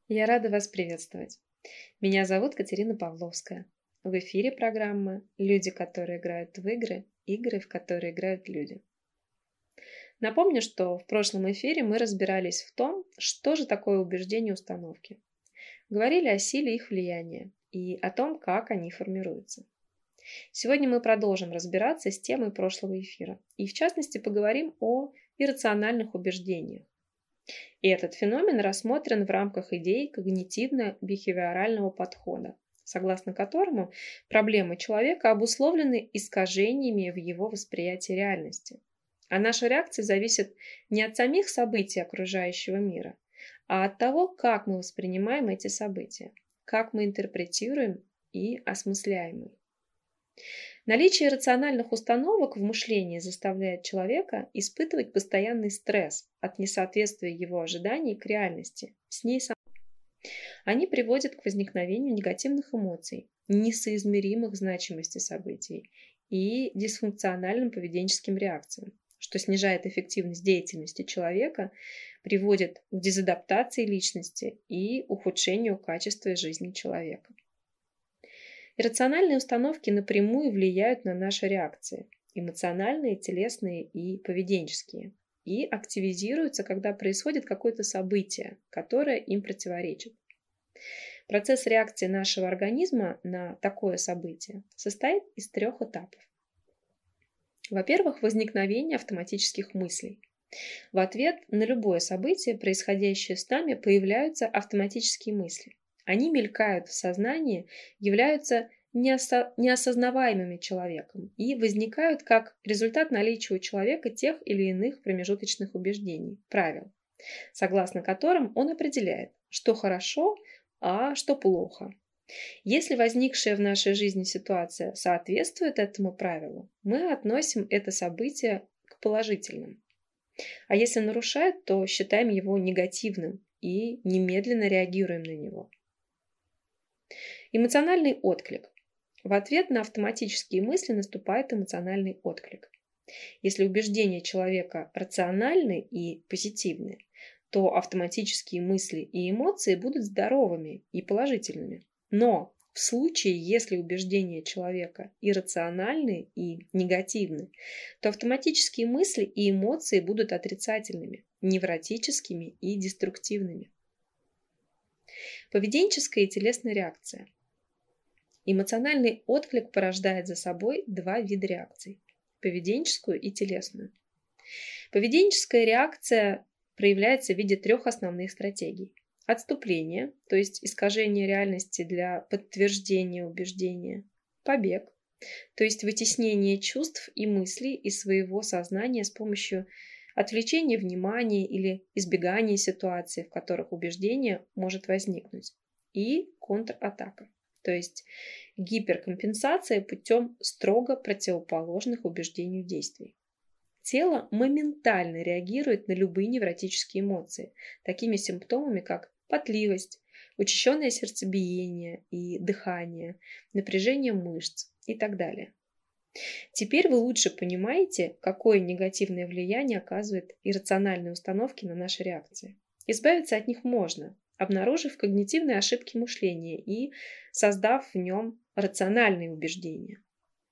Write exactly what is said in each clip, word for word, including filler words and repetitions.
Я рада вас приветствовать. Меня зовут Катерина Павловская. В эфире программа «Люди, которые играют в игры, игры, в которые играют люди». Напомню, что в прошлом эфире мы разбирались в том, что же такое убеждения и установки. Говорили о силе их влияния и о том, как они формируются. Сегодня мы продолжим разбираться с темой прошлого эфира и, в частности, поговорим о иррациональных убеждениях. И этот феномен рассмотрен в рамках идей когнитивно-бихевиорального подхода, согласно которому проблемы человека обусловлены искажениями в его восприятии реальности. А наша реакция зависит не от самих событий окружающего мира, а от того, как мы воспринимаем эти события, как мы интерпретируем и осмысляем их. Наличие рациональных установок в мышлении заставляет человека испытывать постоянный стресс от несоответствия его ожиданий к реальности, с ней самой. Они приводят к возникновению негативных эмоций, несоизмеримых значимости событий и дисфункциональным поведенческим реакциям, что снижает эффективность деятельности человека, приводит к дезадаптации личности и ухудшению качества жизни человека. Иррациональные установки напрямую влияют на наши реакции – эмоциональные, телесные и поведенческие, и активизируются, когда происходит какое-то событие, которое им противоречит. Процесс реакции нашего организма на такое событие состоит из трех этапов. Во-первых, возникновение автоматических мыслей. В ответ на любое событие, происходящее с нами, появляются автоматические мысли. Они мелькают в сознании, являются неосо- неосознаваемыми человеком и возникают как результат наличия у человека тех или иных промежуточных убеждений, правил, согласно которым он определяет, что хорошо, а что плохо. Если возникшая в нашей жизни ситуация соответствует этому правилу, мы относим это событие к положительным. А если нарушает, то считаем его негативным и немедленно реагируем на него. Эмоциональный отклик. В ответ на автоматические мысли наступает эмоциональный отклик. Если убеждения человека рациональны и позитивны, то автоматические мысли и эмоции будут здоровыми и положительными. Но в случае, если убеждения человека иррациональны и негативны, то автоматические мысли и эмоции будут отрицательными, невротическими и деструктивными. Поведенческая и телесная реакция. Эмоциональный отклик порождает за собой два вида реакций – поведенческую и телесную. Поведенческая реакция проявляется в виде трех основных стратегий. Отступление, то есть искажение реальности для подтверждения убеждения. Побег, то есть вытеснение чувств и мыслей из своего сознания с помощью отвлечения внимания или избегания ситуаций, в которых убеждение может возникнуть. И контратака, то есть гиперкомпенсация путем строго противоположных убеждению действий. Тело моментально реагирует на любые невротические эмоции, такими симптомами, как потливость, учащенное сердцебиение и дыхание, напряжение мышц и так далее. Теперь вы лучше понимаете, какое негативное влияние оказывают иррациональные установки на наши реакции. Избавиться от них можно, обнаружив когнитивные ошибки мышления и создав в нем рациональные убеждения.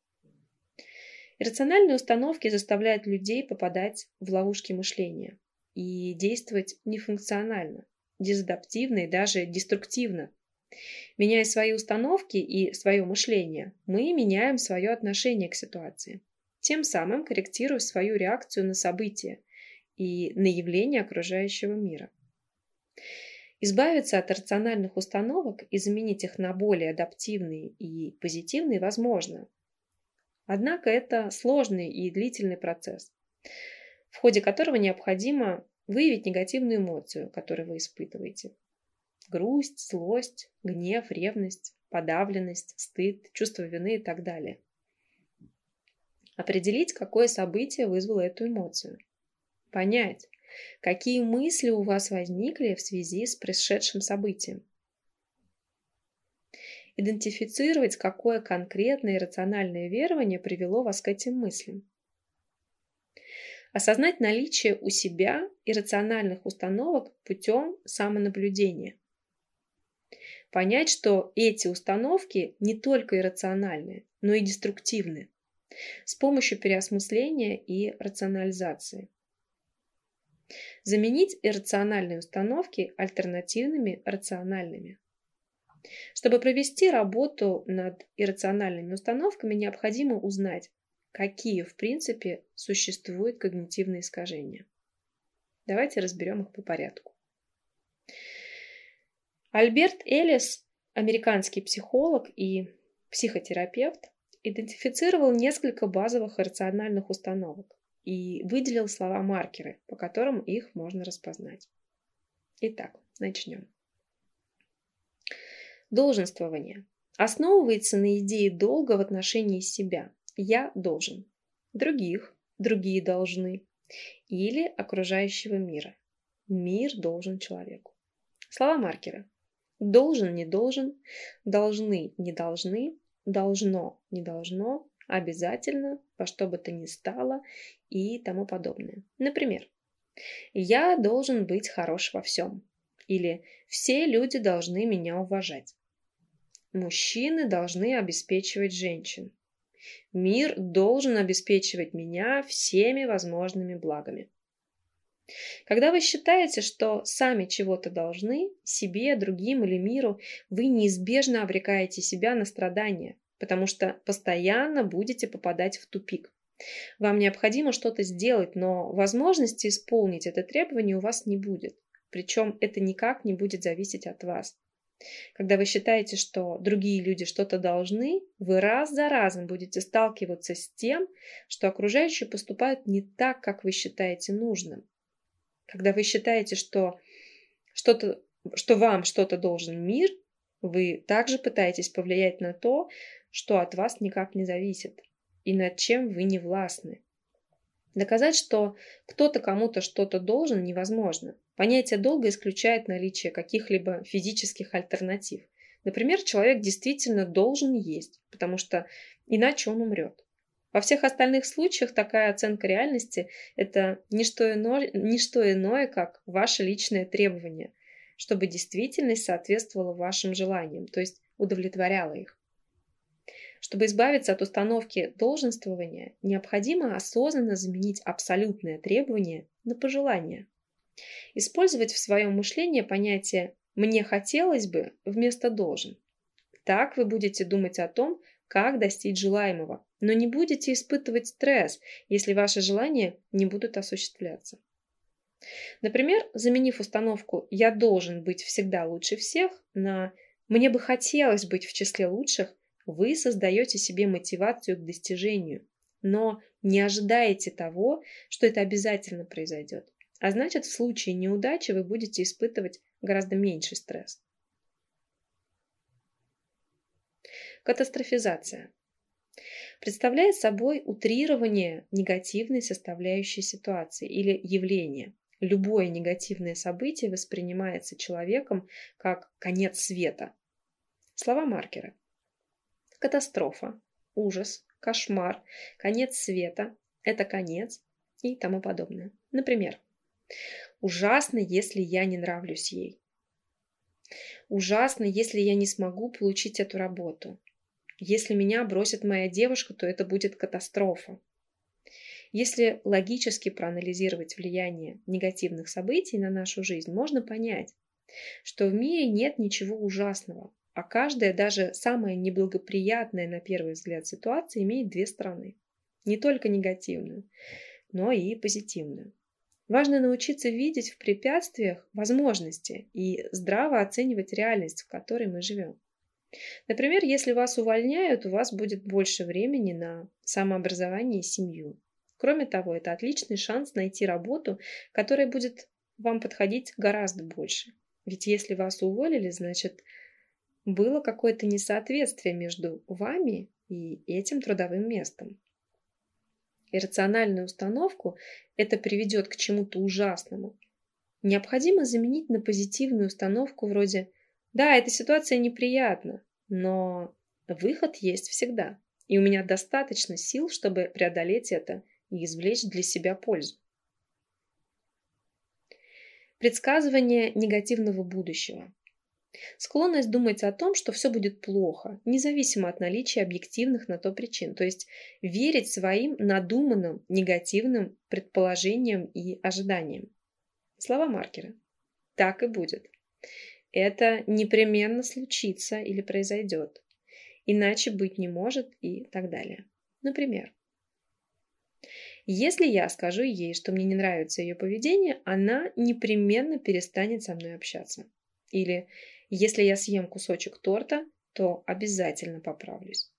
Иррациональные установки заставляют людей попадать в ловушки мышления и действовать нефункционально, дезадаптивно и даже деструктивно. Меняя свои установки и свое мышление, мы меняем свое отношение к ситуации, тем самым корректируя свою реакцию на события и на явления окружающего мира. Избавиться от рациональных установок и заменить их на более адаптивные и позитивные возможно. Однако это сложный и длительный процесс, в ходе которого необходимо выявить негативную эмоцию, которую вы испытываете. Грусть, злость, гнев, ревность, подавленность, стыд, чувство вины и так далее. Определить, какое событие вызвало эту эмоцию. Понять, какие мысли у вас возникли в связи с происшедшим событием. Идентифицировать, какое конкретное иррациональное верование привело вас к этим мыслям. Осознать наличие у себя иррациональных установок путем самонаблюдения. Понять, что эти установки не только иррациональны, но и деструктивны с помощью переосмысления и рационализации. Заменить иррациональные установки альтернативными рациональными. Чтобы провести работу над иррациональными установками, необходимо узнать, какие в принципе существуют когнитивные искажения. Давайте разберем их по порядку. Альберт Эллис, американский психолог и психотерапевт, идентифицировал несколько базовых иррациональных установок и выделил слова-маркеры, по которым их можно распознать. Итак, начнем. Долженствование основывается на идее долга в отношении себя. Я должен. Других, другие должны. Или окружающего мира. Мир должен человеку. Слова-маркеры. Должен, не должен. Должны, не должны. Должно, не должно. Обязательно, во что бы то ни стало и тому подобное. Например, я должен быть хорош во всем. Или все люди должны меня уважать. Мужчины должны обеспечивать женщин. Мир должен обеспечивать меня всеми возможными благами. Когда вы считаете, что сами чего-то должны, себе, другим или миру, вы неизбежно обрекаете себя на страдания, потому что постоянно будете попадать в тупик. Вам необходимо что-то сделать, но возможности исполнить это требование у вас не будет. Причем это никак не будет зависеть от вас. Когда вы считаете, что другие люди что-то должны, вы раз за разом будете сталкиваться с тем, что окружающие поступают не так, как вы считаете нужным. Когда вы считаете, что, что-то, что вам что-то должен мир, вы также пытаетесь повлиять на то, что от вас никак не зависит и над чем вы не властны. Доказать, что кто-то кому-то что-то должен, невозможно. Понятие долга исключает наличие каких-либо физических альтернатив. Например, человек действительно должен есть, потому что иначе он умрет. Во всех остальных случаях такая оценка реальности – это не что иное, не что иное, как ваше личное требование, чтобы действительность соответствовала вашим желаниям, то есть удовлетворяла их. Чтобы избавиться от установки долженствования, необходимо осознанно заменить абсолютное требование на пожелание. Использовать в своем мышлении понятие «мне хотелось бы» вместо «должен». Так вы будете думать о том, как достичь желаемого, но не будете испытывать стресс, если ваши желания не будут осуществляться. Например, заменив установку «я должен быть всегда лучше всех» на «мне бы хотелось быть в числе лучших», вы создаете себе мотивацию к достижению, но не ожидаете того, что это обязательно произойдет. А значит, в случае неудачи вы будете испытывать гораздо меньший стресс. Катастрофизация представляет собой утрирование негативной составляющей ситуации или явления. Любое негативное событие воспринимается человеком как конец света. Слова-маркеры. Катастрофа, ужас, кошмар, конец света, это конец и тому подобное. Например, ужасно, если я не нравлюсь ей. Ужасно, если я не смогу получить эту работу. Если меня бросит моя девушка, то это будет катастрофа. Если логически проанализировать влияние негативных событий на нашу жизнь, можно понять, что в мире нет ничего ужасного, а каждая, даже самая неблагоприятная на первый взгляд ситуация имеет две стороны. Не только негативную, но и позитивную. Важно научиться видеть в препятствиях возможности и здраво оценивать реальность, в которой мы живем. Например, если вас увольняют, у вас будет больше времени на самообразование и семью. Кроме того, это отличный шанс найти работу, которая будет вам подходить гораздо больше. Ведь если вас уволили, значит, было какое-то несоответствие между вами и этим трудовым местом. Иррациональную установку это приведет к чему-то ужасному. Необходимо заменить на позитивную установку вроде «Да, эта ситуация неприятна, но выход есть всегда, и у меня достаточно сил, чтобы преодолеть это и извлечь для себя пользу». Предсказывание негативного будущего. Склонность думать о том, что все будет плохо, независимо от наличия объективных на то причин, то есть верить своим надуманным негативным предположениям и ожиданиям. Слова маркера. Так и будет. Это непременно случится или произойдет. Иначе быть не может и так далее. Например, если я скажу ей, что мне не нравится ее поведение, она непременно перестанет со мной общаться. Или если я съем кусочек торта, то обязательно поправлюсь.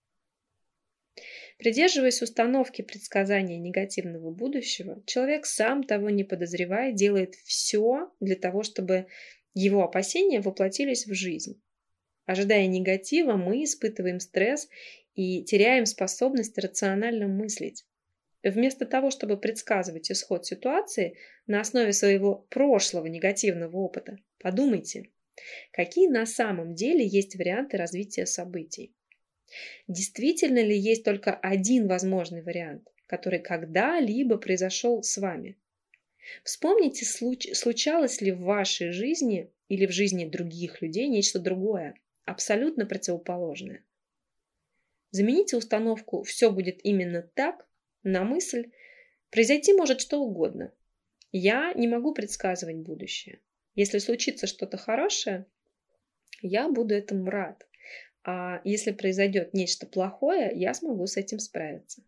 Придерживаясь установки предсказания негативного будущего, человек, сам того не подозревая, делает все для того, чтобы его опасения воплотились в жизнь. Ожидая негатива, мы испытываем стресс и теряем способность рационально мыслить. Вместо того, чтобы предсказывать исход ситуации на основе своего прошлого негативного опыта, подумайте, какие на самом деле есть варианты развития событий. Действительно ли есть только один возможный вариант, который когда-либо произошел с вами? Вспомните, случ- случалось ли в вашей жизни или в жизни других людей нечто другое, абсолютно противоположное. Замените установку «все будет именно так» на мысль «произойти может что угодно». Я не могу предсказывать будущее. Если случится что-то хорошее, я буду этому рад. А если произойдет нечто плохое, я смогу с этим справиться.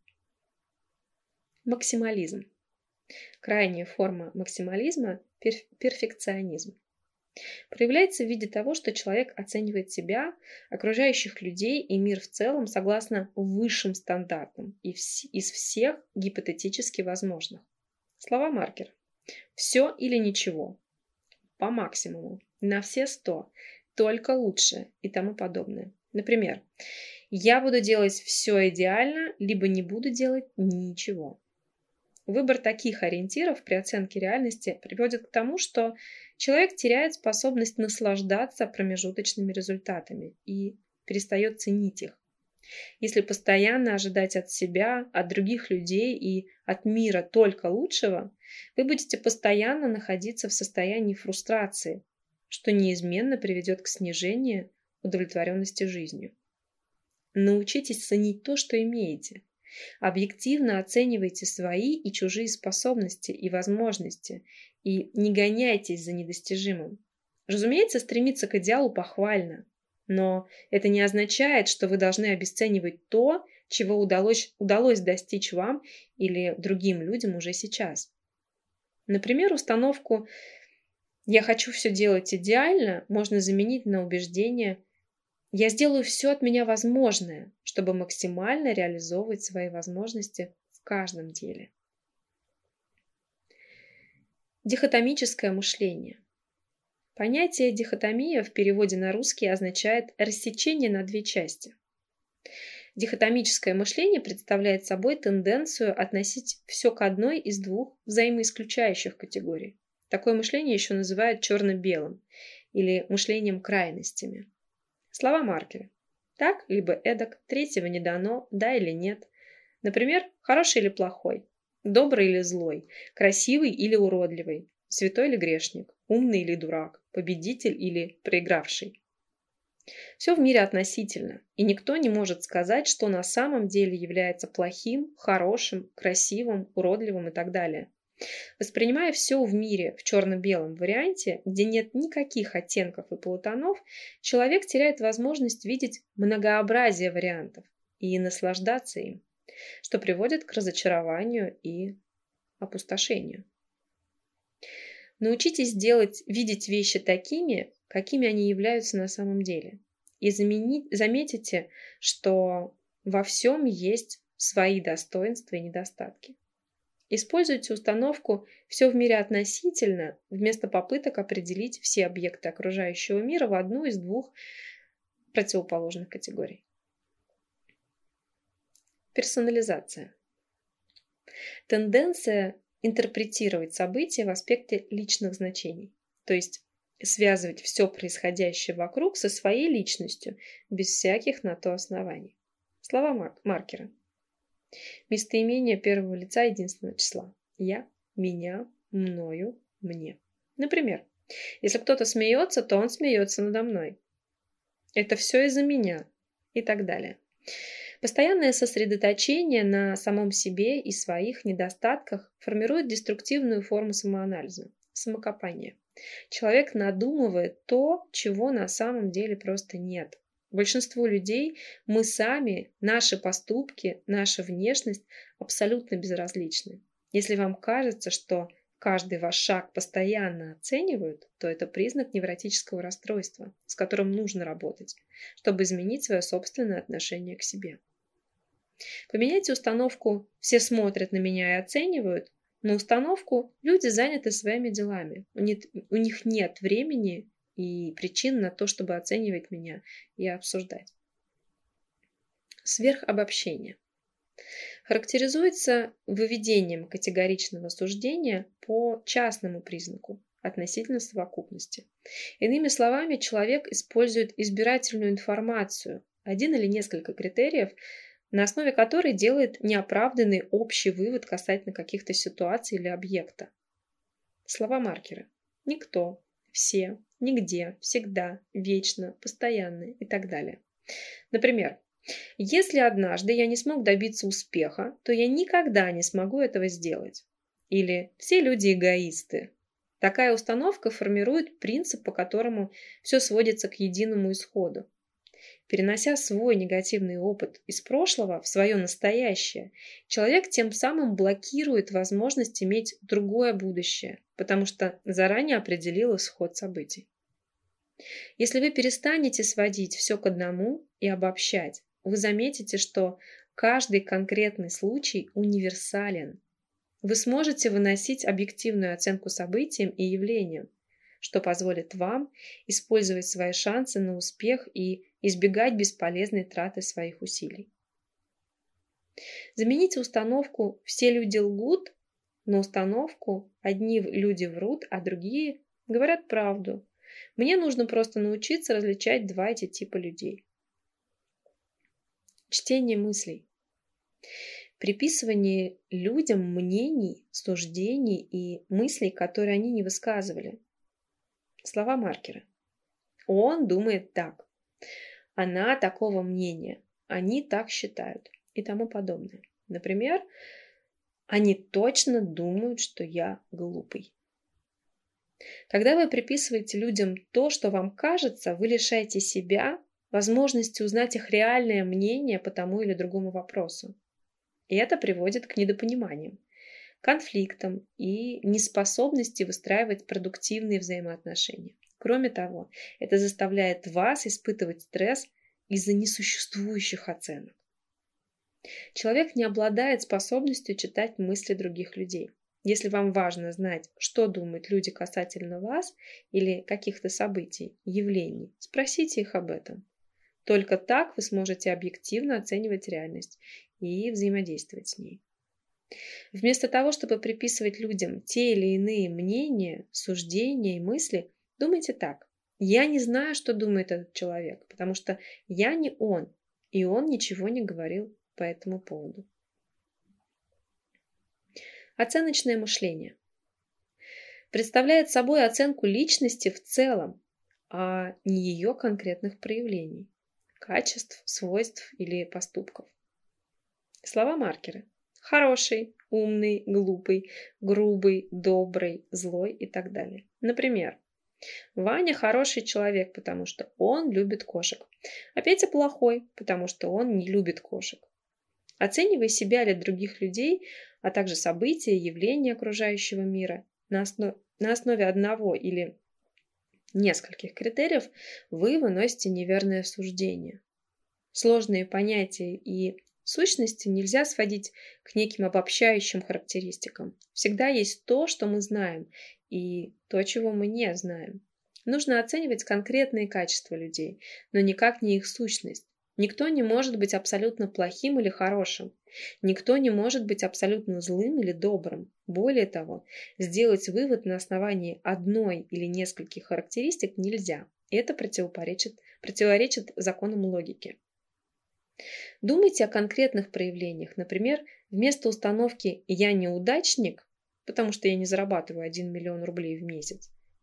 Максимализм. Крайняя форма максимализма – перф- перфекционизм. Проявляется в виде того, что человек оценивает себя, окружающих людей и мир в целом согласно высшим стандартам из всех гипотетически возможных. Слова маркера. Все или ничего. По максимуму. На все сто. Только лучше и тому подобное. Например, я буду делать все идеально, либо не буду делать ничего. Выбор таких ориентиров при оценке реальности приводит к тому, что человек теряет способность наслаждаться промежуточными результатами и перестает ценить их. Если постоянно ожидать от себя, от других людей и от мира только лучшего, вы будете постоянно находиться в состоянии фрустрации, что неизменно приведет к снижению удовлетворенности жизнью. Научитесь ценить то, что имеете. Объективно оценивайте свои и чужие способности и возможности и не гоняйтесь за недостижимым. Разумеется, стремиться к идеалу похвально, но это не означает, что вы должны обесценивать то, чего удалось, удалось достичь вам или другим людям уже сейчас. Например, установку «я хочу все делать идеально» можно заменить на убеждение «я сделаю все от меня возможное», чтобы максимально реализовывать свои возможности в каждом деле. Дихотомическое мышление. Понятие дихотомия в переводе на русский означает рассечение на две части. Дихотомическое мышление представляет собой тенденцию относить все к одной из двух взаимоисключающих категорий. Такое мышление еще называют черно-белым или мышлением крайностями. Слова маркера. Так, либо эдак, третьего не дано, да или нет. Например, хороший или плохой, добрый или злой, красивый или уродливый, святой или грешник, умный или дурак, победитель или проигравший. Все в мире относительно, и никто не может сказать, что на самом деле является плохим, хорошим, красивым, уродливым и так далее. Воспринимая все в мире в черно-белом варианте, где нет никаких оттенков и полутонов, человек теряет возможность видеть многообразие вариантов и наслаждаться им, что приводит к разочарованию и опустошению. Научитесь делать, видеть вещи такими, какими они являются на самом деле, и заменить, заметите, что во всем есть свои достоинства и недостатки. Используйте установку «все в мире относительно» вместо попыток определить все объекты окружающего мира в одну из двух противоположных категорий. Персонализация. Тенденция интерпретировать события в аспекте личных значений, то есть связывать все происходящее вокруг со своей личностью, без всяких на то оснований. Слова маркера. Местоимение первого лица единственного числа. Я, меня, мною, мне. Например, Если кто-то смеется, то он смеется надо мной. Это все из-за меня и так далее. Постоянное сосредоточение на самом себе и своих недостатках формирует деструктивную форму самоанализа, самокопания. Человек надумывает то, чего на самом деле просто нет. Большинству людей мы сами, наши поступки, наша внешность абсолютно безразличны. Если вам кажется, что каждый ваш шаг постоянно оценивают, то это признак невротического расстройства, с которым нужно работать, чтобы изменить свое собственное отношение к себе. Поменяйте установку «все смотрят на меня и оценивают» на установку «люди заняты своими делами, у них нет времени и причин на то, чтобы оценивать меня и обсуждать». Сверхобобщение характеризуется выведением категоричного суждения по частному признаку относительно совокупности. Иными словами, человек использует избирательную информацию, один или несколько критериев, на основе которой делает неоправданный общий вывод касательно каких-то ситуаций или объекта. Слова-маркеры. Никто, все, нигде, всегда, вечно, постоянно и так далее. Например, если однажды я не смог добиться успеха, то я никогда не смогу этого сделать. Или все люди эгоисты. Такая установка формирует принцип, по которому все сводится к единому исходу. Перенося свой негативный опыт из прошлого в свое настоящее, человек тем самым блокирует возможность иметь другое будущее, потому что заранее определил исход событий. Если вы перестанете сводить все к одному и обобщать, вы заметите, что каждый конкретный случай универсален. Вы сможете выносить объективную оценку событиям и явлениям, что позволит вам использовать свои шансы на успех и избегать бесполезной траты своих усилий. Замените установку «все люди лгут» на установку «одни люди врут, а другие говорят правду». Мне нужно просто научиться различать два эти типа людей. Чтение мыслей. Приписывание людям мнений, суждений и мыслей, которые они не высказывали. Слова-маркеры. Он думает так. Она такого мнения. Они так считают. И тому подобное. Например, они точно думают, что я глупый. Когда вы приписываете людям то, что вам кажется, вы лишаете себя возможности узнать их реальное мнение по тому или другому вопросу. И это приводит к недопониманиям, конфликтам и неспособности выстраивать продуктивные взаимоотношения. Кроме того, это заставляет вас испытывать стресс из-за несуществующих оценок. Человек не обладает способностью читать мысли других людей. Если вам важно знать, что думают люди касательно вас или каких-то событий, явлений, спросите их об этом. Только так вы сможете объективно оценивать реальность и взаимодействовать с ней. Вместо того, чтобы приписывать людям те или иные мнения, суждения и мысли, думайте так. Я не знаю, что думает этот человек, потому что я не он, и он ничего не говорил по этому поводу. Оценочное мышление представляет собой оценку личности в целом, а не ее конкретных проявлений, качеств, свойств или поступков. Слова-маркеры. Хороший, умный, глупый, грубый, добрый, злой и так далее. Например, Ваня хороший человек, потому что он любит кошек, а Петя плохой, потому что он не любит кошек. Оценивая себя или других людей, а также события и явления окружающего мира на основе, на основе одного или нескольких критериев, вы выносите неверное суждение. Сложные понятия и сущности нельзя сводить к неким обобщающим характеристикам. Всегда есть то, что мы знаем, и то, чего мы не знаем. Нужно оценивать конкретные качества людей, но никак не их сущность. Никто не может быть абсолютно плохим или хорошим. Никто не может быть абсолютно злым или добрым. Более того, сделать вывод на основании одной или нескольких характеристик нельзя. Это противоречит, противоречит законам логики. Думайте о конкретных проявлениях. Например, вместо установки «я неудачник», потому что я не зарабатываю один миллион рублей в месяц,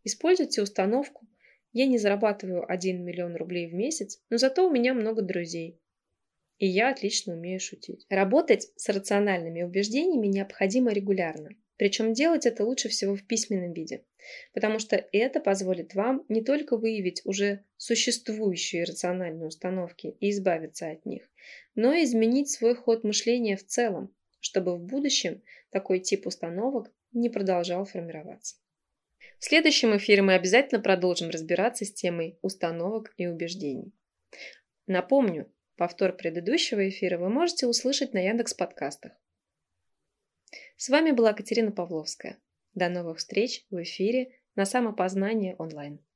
Используйте установку «Я не зарабатываю один миллион рублей в месяц, но зато у меня много друзей, и я отлично умею шутить». Работать с рациональными убеждениями необходимо регулярно. Причем делать это лучше всего в письменном виде, потому что это позволит вам не только выявить уже существующие рациональные установки и избавиться от них, но и изменить свой ход мышления в целом, чтобы в будущем такой тип установок не продолжал формироваться. В следующем эфире мы обязательно продолжим разбираться с темой установок и убеждений. Напомню, повтор предыдущего эфира вы можете услышать на Яндекс.Подкастах. С вами была Катерина Павловская. До новых встреч в эфире на Самопознание онлайн.